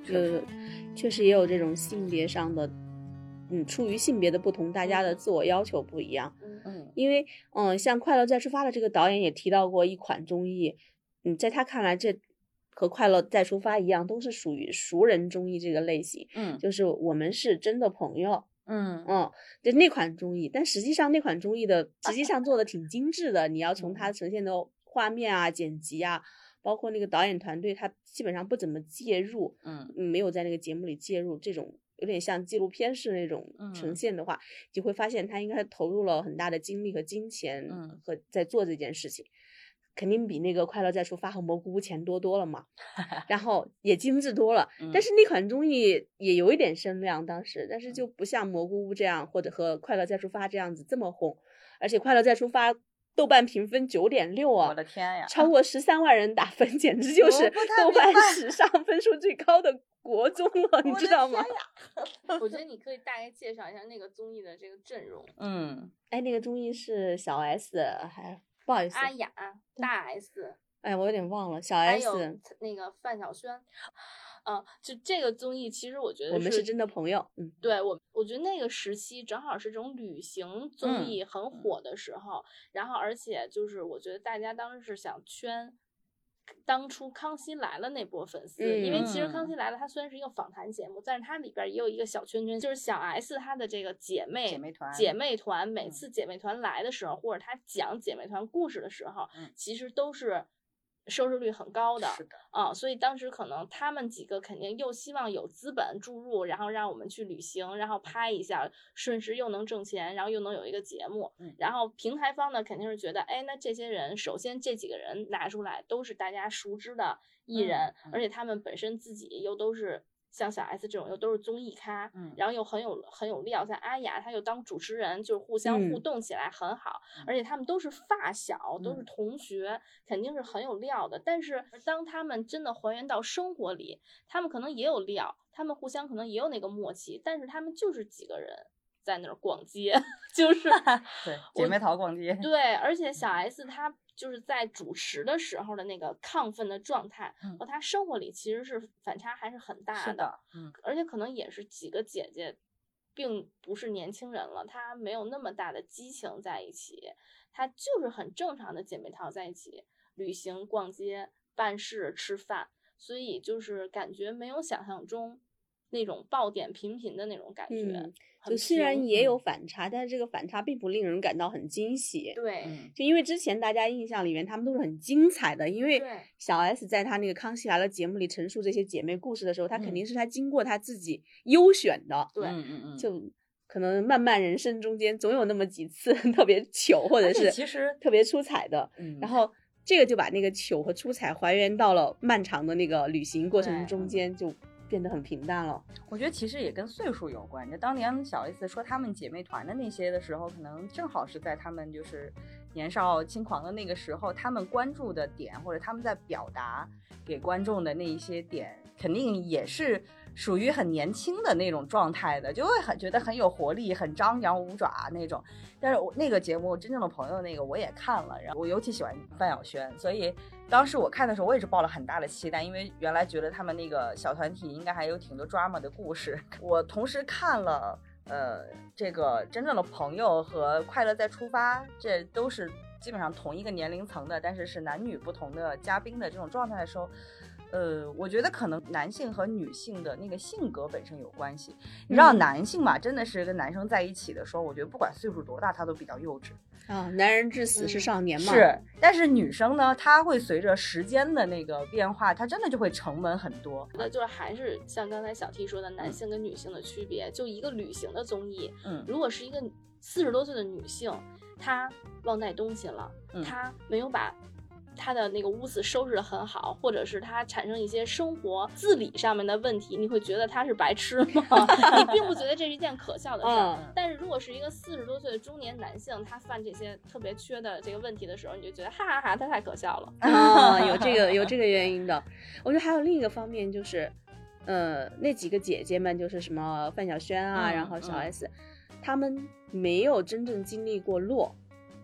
呃，确实也有这种性别上的，嗯，出于性别的不同，大家的自我要求不一样。 嗯， 因为嗯，像《快乐再出发》的这个导演也提到过一款综艺，嗯，在他看来，这和《快乐再出发》一样，都是属于熟人综艺这个类型。 嗯， 就是我们是真的朋友。 嗯嗯，就那款综艺，但实际上那款综艺的实际上做的挺精致的，你要从它呈现的画面啊、剪辑啊，包括那个导演团队，他基本上不怎么介入， 嗯， 没有在那个节目里介入，这种有点像纪录片式那种呈现的话，嗯、就会发现他应该投入了很大的精力和金钱， 嗯， 和在做这件事情。肯定比那个快乐再出发和蘑菇屋钱多多了嘛，然后也精致多了，但是那款综艺也有一点声量当时，但是就不像蘑菇屋这样或者和快乐再出发这样子这么红，而且快乐再出发豆瓣评分 九点六 啊， 我的天呀， 超过十三万人打分，简直就是豆瓣史上分数最高的国综了，你知道吗？ 我觉得你可以大概介绍一下那个综艺的这个阵容。 嗯， 哎，那个综艺是小 S 还不好意思， 阿雅、大 S， 哎，我有点忘了，小 S 还有那个范晓萱，嗯、呃，就这个综艺，其实我觉得我们是真的朋友，嗯， 对我，我觉得那个时期正好是这种旅行综艺很火的时候，嗯、然后而且就是我觉得大家当时是想圈。当初康熙来了那波粉丝、嗯、因为其实康熙来了它虽然是一个访谈节目，但是它里边也有一个小圈圈，就是小 S 她的这个姐妹姐妹团姐妹团每次姐妹团来的时候、嗯、或者她讲姐妹团故事的时候、嗯、其实都是收视率很高的， 是的啊、嗯，所以当时可能他们几个肯定又希望有资本注入，然后让我们去旅行，然后拍一下，瞬时又能挣钱，然后又能有一个节目。 嗯， 然后平台方呢肯定是觉得，哎，那这些人，首先这几个人拿出来都是大家熟知的艺人， 嗯嗯、 而且他们本身自己又都是。像小 S 这种又都是综艺咖， 嗯， 然后又很有很有料，像阿雅她又当主持人，就是互相互动起来很好， 嗯、 而且他们都是发小，都是同学， 嗯、 肯定是很有料的。但是当他们真的还原到生活里，他们可能也有料，他们互相可能也有那个默契，但是他们就是几个人在那儿逛街，就是对姐妹淘逛街， 对，而且小 S 她。就是在主持的时候的那个亢奋的状态， 嗯、 和她生活里其实是反差还是很大的， 是的，嗯， 而且可能也是几个姐姐，并不是年轻人了，她没有那么大的激情在一起，她就是很正常的姐妹淘在一起旅行、逛街、办事、吃饭，所以就是感觉没有想象中那种爆点频频的那种感觉。 嗯就虽然也有反差，但是这个反差并不令人感到很惊喜。 对， 就因为之前大家印象里面他们都是很精彩的，因为小 S 在她那个康熙来了节目里陈述这些姐妹故事的时候，她肯定是她经过她自己优选的。 对， 嗯嗯嗯， 就可能漫漫人生中间总有那么几次特别糗或者是其实特别出彩的， 嗯， 然后这个就把那个糗和出彩还原到了漫长的那个旅行过程中间，就变得很平淡了。 我觉得其实也跟岁数有关。就当年小 S 说他们姐妹团的那些的时候，可能正好是在他们就是年少轻狂的那个时候，他们关注的点或者他们在表达给观众的那一些点，肯定也是属于很年轻的那种状态的，就会很觉得很有活力，很张牙舞爪那种。但是我那个节目真正的朋友那个我也看了，然后我尤其喜欢范晓萱，所以当时我看的时候我也是抱了很大的期待，因为原来觉得他们那个小团体应该还有挺多 drama 的故事。我同时看了呃这个真正的朋友和快乐再出发，这都是基本上同一个年龄层的，但是是男女不同的嘉宾的这种状态的时候，呃，我觉得可能男性和女性的那个性格本身有关系。你知道男性嘛，真的是跟男生在一起的时候，我觉得不管岁数多大，他都比较幼稚啊。男人至死是少年嘛。 是，但是女生呢，她会随着时间的那个变化，她真的就会沉稳很多。 那就是还是像刚才小 T 说的，男性跟女性的区别。就一个旅行的综艺， 嗯， 如果是一个四十多岁的女性，她忘带东西了， 嗯、 她没有把他的那个屋子收拾得很好，或者是他产生一些生活自理上面的问题，你会觉得他是白痴吗？你并不觉得这是一件可笑的事儿、嗯。但是如果是一个四十多岁的中年男性，他犯这些特别缺的这个问题的时候，你就觉得哈哈哈，他太可笑了。 啊、哦，有这个有这个原因的。我觉得还有另一个方面就是，呃，那几个姐姐们就是什么范晓萱啊，嗯、然后小 S，、嗯、她们没有真正经历过落。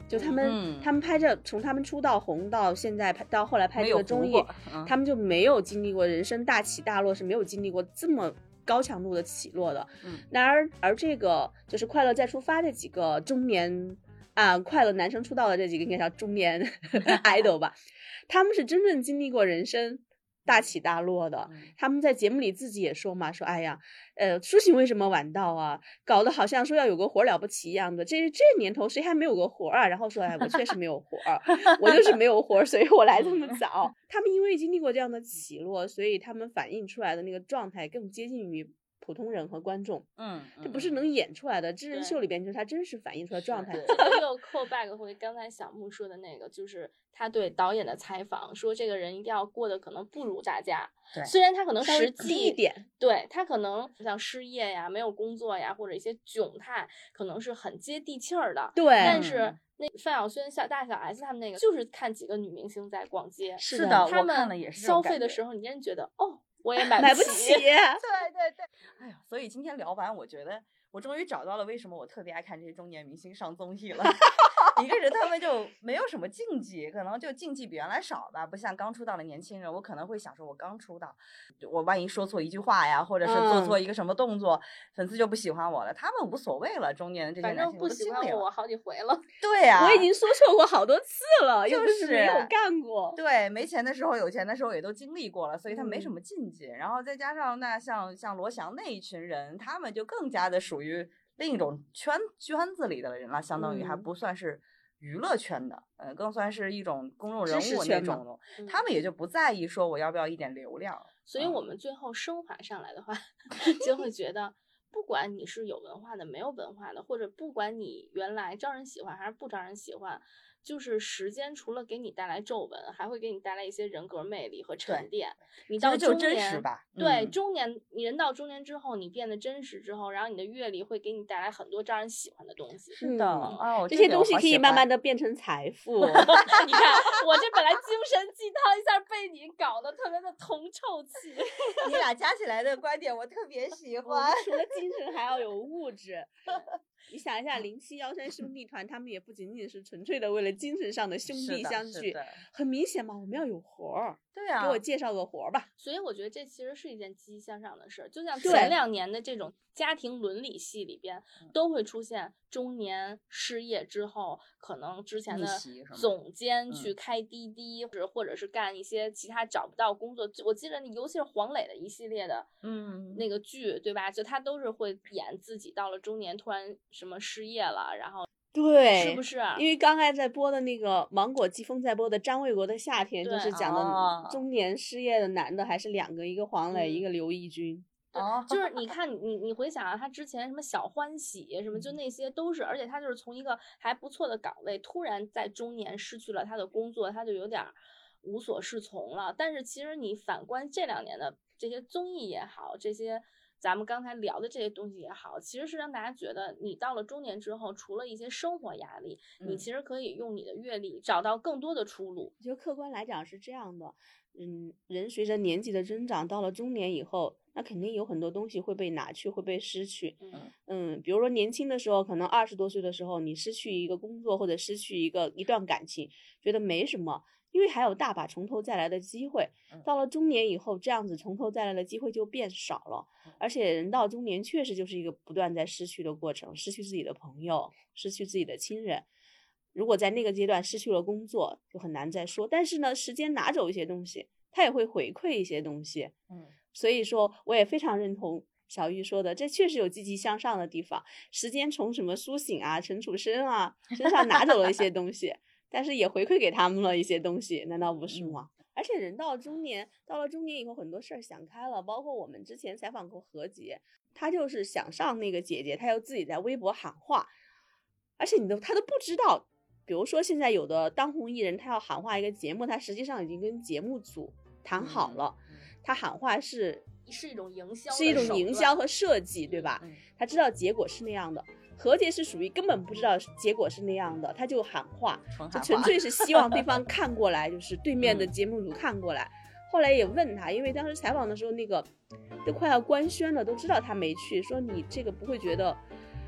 就他们、 嗯、 他们拍着从他们出道红到现在到后来拍这个综艺、 嗯、 他们就没有经历过人生大起大落，是没有经历过这么高强度的起落的。 嗯， 然而而这个就是快乐再出发这几个中年啊，快乐男生出道的这几个应该叫中年idol 吧，他们是真正经历过人生大起大落的。他们在节目里自己也说嘛，说哎呀，呃，苏醒为什么晚到啊？搞得好像说要有个活了不起一样的。这这年头谁还没有个活啊？然后说，哎，我确实没有活，我就是没有活，所以我来这么早。他们因为经历过这样的起落，所以他们反映出来的那个状态更接近于普通人和观众。 嗯， 这不是能演出来的，真人秀里边就是他真实反映出来状态。 又扣 back 回刚才小木说的那个，就是他对导演的采访说，这个人一定要过得可能不如大家。 对， 虽然他可能实际一点， 对他可能像失业呀、没有工作呀，或者一些窘态，可能是很接地气儿的。 对， 但是那范晓萱、小大小 S 他们那个，就是看几个女明星在逛街， 是的， 他们消费的时候，你真觉得哦。我也买不起， 起对对对，哎呀，所以今天聊完，我觉得我终于找到了为什么我特别爱看这些中年明星上综艺了。一个是他们就没有什么禁忌，可能就禁忌比原来少吧，不像刚出道的年轻人，我可能会想说，我刚出道，我万一说错一句话呀，或者是做错一个什么动作，嗯、粉丝就不喜欢我了。他们无所谓了，中年人这些男性反正不喜欢我，我好几回了。 对呀、 啊，我已经说错过好多次了， 就是、 又不是没有干过。 对，没钱的时候、有钱的时候也都经历过了，所以他没什么禁忌。嗯、然后再加上那像像罗翔那一群人，他们就更加的属于另一种圈圈子里的人了，相当于还不算是娱乐圈的，呃，更算是一种公众人物那种， 嗯、 他们也就不在意说我要不要一点流量。 所以我们最后升华上来的话，就会觉得，不管你是有文化的、没有文化的，或者不管你原来招人喜欢还是不招人喜欢。就是时间除了给你带来皱纹，还会给你带来一些人格魅力和沉淀。你到中年， 真实吧？ 嗯、对，中年，你人到中年之后，你变得真实之后，然后你的阅历会给你带来很多招人喜欢的东西。 是的， 嗯、 哦， 这些东西可以慢慢的变成财富。 你看，我这本来精神鸡汤一下被你搞得特别的铜臭气。 你俩加起来的观点我特别喜欢。 除了精神还要有物质。你想一下，零七幺三兄弟团，他们也不仅仅是纯粹的为了精神上的兄弟相聚，很明显嘛，我们要有活儿。 对啊， 给我介绍个活儿吧。 所以我觉得这其实是一件积极向上的事儿。就像前两年的这种家庭伦理戏里边，都会出现中年失业之后，可能之前的总监去开滴滴，或者或者是干一些其他找不到工作。我记得你尤其是黄磊的一系列的，嗯，那个剧，对吧？就他都是会演自己到了中年突然什么失业了，然后。 对， 是不是？ 因为刚才在播的那个芒果季风在播的张卫国的夏天，就是讲的中年失业的男的还是两个，一个黄磊，嗯、一个刘奕君。 哦，就是你看你你回想啊，他之前什么小欢喜什么，就那些都是，而且他就是从一个还不错的岗位，突然在中年失去了他的工作，他就有点无所适从了。但是其实你反观这两年的这些综艺也好，这些。咱们刚才聊的这些东西也好，其实是让大家觉得你到了中年之后，除了一些生活压力，嗯、你其实可以用你的阅历找到更多的出路。 我觉得客观来讲是这样的，嗯，人随着年纪的增长，到了中年以后，那肯定有很多东西会被拿去，会被失去。嗯嗯，比如说年轻的时候，可能二十多岁的时候，你失去一个工作或者失去一个一段感情，觉得没什么。因为还有大把从头再来的机会，到了中年以后，这样子从头再来的机会就变少了，而且人到中年确实就是一个不断在失去的过程，失去自己的朋友，失去自己的亲人。如果在那个阶段失去了工作，就很难再说。但是呢，时间拿走一些东西，它也会回馈一些东西。嗯，所以说我也非常认同小玉说的，这确实有积极向上的地方。时间从什么苏醒啊、陈楚生啊身上拿走了一些东西。但是也回馈给他们了一些东西，难道不是吗？嗯、而且人到中年，到了中年以后，很多事儿想开了。包括我们之前采访过何洁，她就是想上那个姐姐，她又自己在微博喊话，而且你都她都不知道。比如说现在有的当红艺人，他要喊话一个节目，他实际上已经跟节目组谈好了，嗯、他喊话是是一种营销， 是一种营销和设计，对吧？嗯、他知道结果是那样的。何洁是属于根本不知道结果是那样的，他就喊话，就纯粹是希望对方看过来，就是对面的节目组看过来。嗯、后来也问他，因为当时采访的时候，那个都快要官宣了，都知道他没去，说你这个不会觉得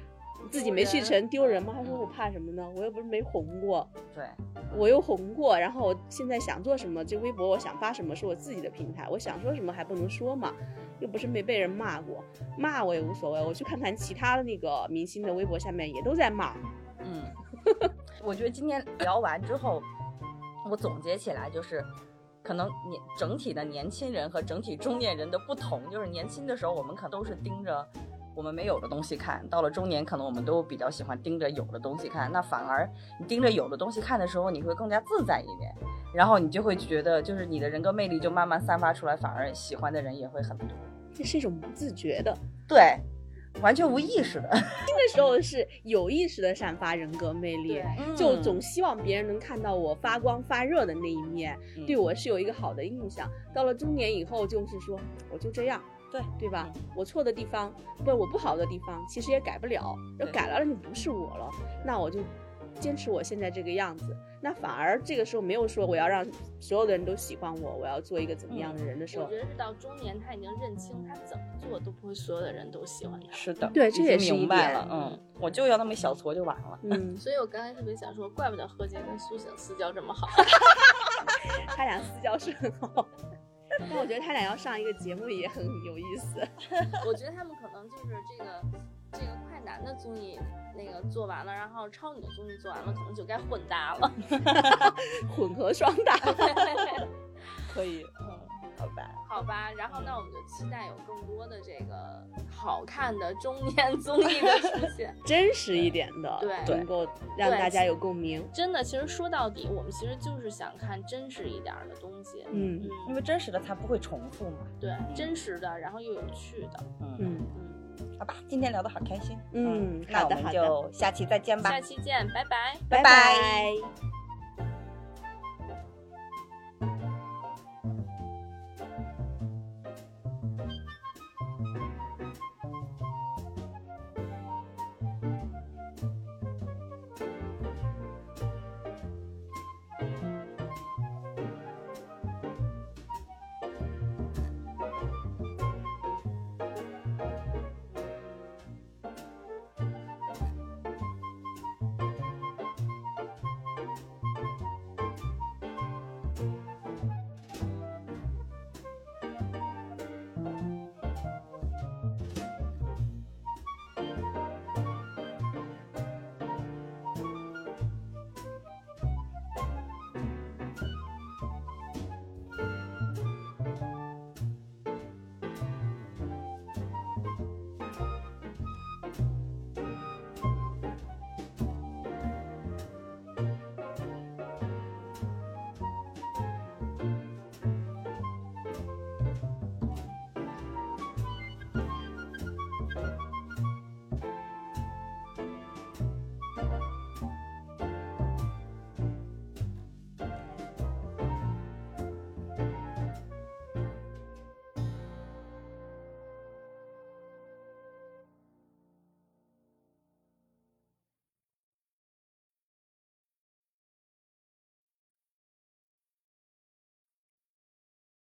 自己没去成丢人吗？他说我怕什么呢？我又不是没红过， 对， 我又红过，然后我现在想做什么，这微博我想发什么是我自己的平台，我想说什么还不能说嘛，又不是没被人骂过，骂我也无所谓，我去看看其他的那个明星的微博下面也都在骂。 嗯，我觉得今天聊完之后，我总结起来就是。可能年整体的年轻人和整体中年人的不同，就是年轻的时候我们可能都是盯着我们没有的东西看，到了中年可能我们都比较喜欢盯着有的东西看，那反而你盯着有的东西看的时候，你会更加自在一点，然后你就会觉得就是你的人格魅力就慢慢散发出来，反而喜欢的人也会很多。 这是一种不自觉的， 对，完全无意识的。 那时候是有意识的散发人格魅力，就总希望别人能看到我发光发热的那一面，嗯、对我是有一个好的印象。到了中年以后，就是说我就这样，对对吧？嗯、我错的地方，不，我不好的地方，其实也改不了，要改了就不是我了，那我就坚持我现在这个样子。那反而这个时候没有说我要让所有的人都喜欢我，我要做一个怎么样的人的时候， 嗯、我觉得是到中年他已经认清他怎么做都不会所有的人都喜欢他。 是的， 对，这也是明白了。嗯，我就要那么一小撮就完了。 嗯， 所以我刚才特别想说，怪不得何洁跟苏醒私交这么好， 他俩私交是很好。但我觉得他俩要上一个节目也很有意思。 我觉得他们可能就是这个这个快男的综艺那个做完了，然后超女的综艺做完了，可能就该混搭了。 混合双打。 可以，嗯，好吧， 好吧。然后那我们就期待有更多的这个好看的中年综艺的出现， 真实一点的， 对， 能够让大家有共鸣。 真的，其实说到底，我们其实就是想看真实一点的东西， 嗯， 嗯因为真实的它不会重复嘛。 对，真实的，然后又有趣的， 嗯嗯嗯。好吧，今天聊得好开心， 嗯， 那我们就下期再见吧。 下期见，拜拜， 拜拜。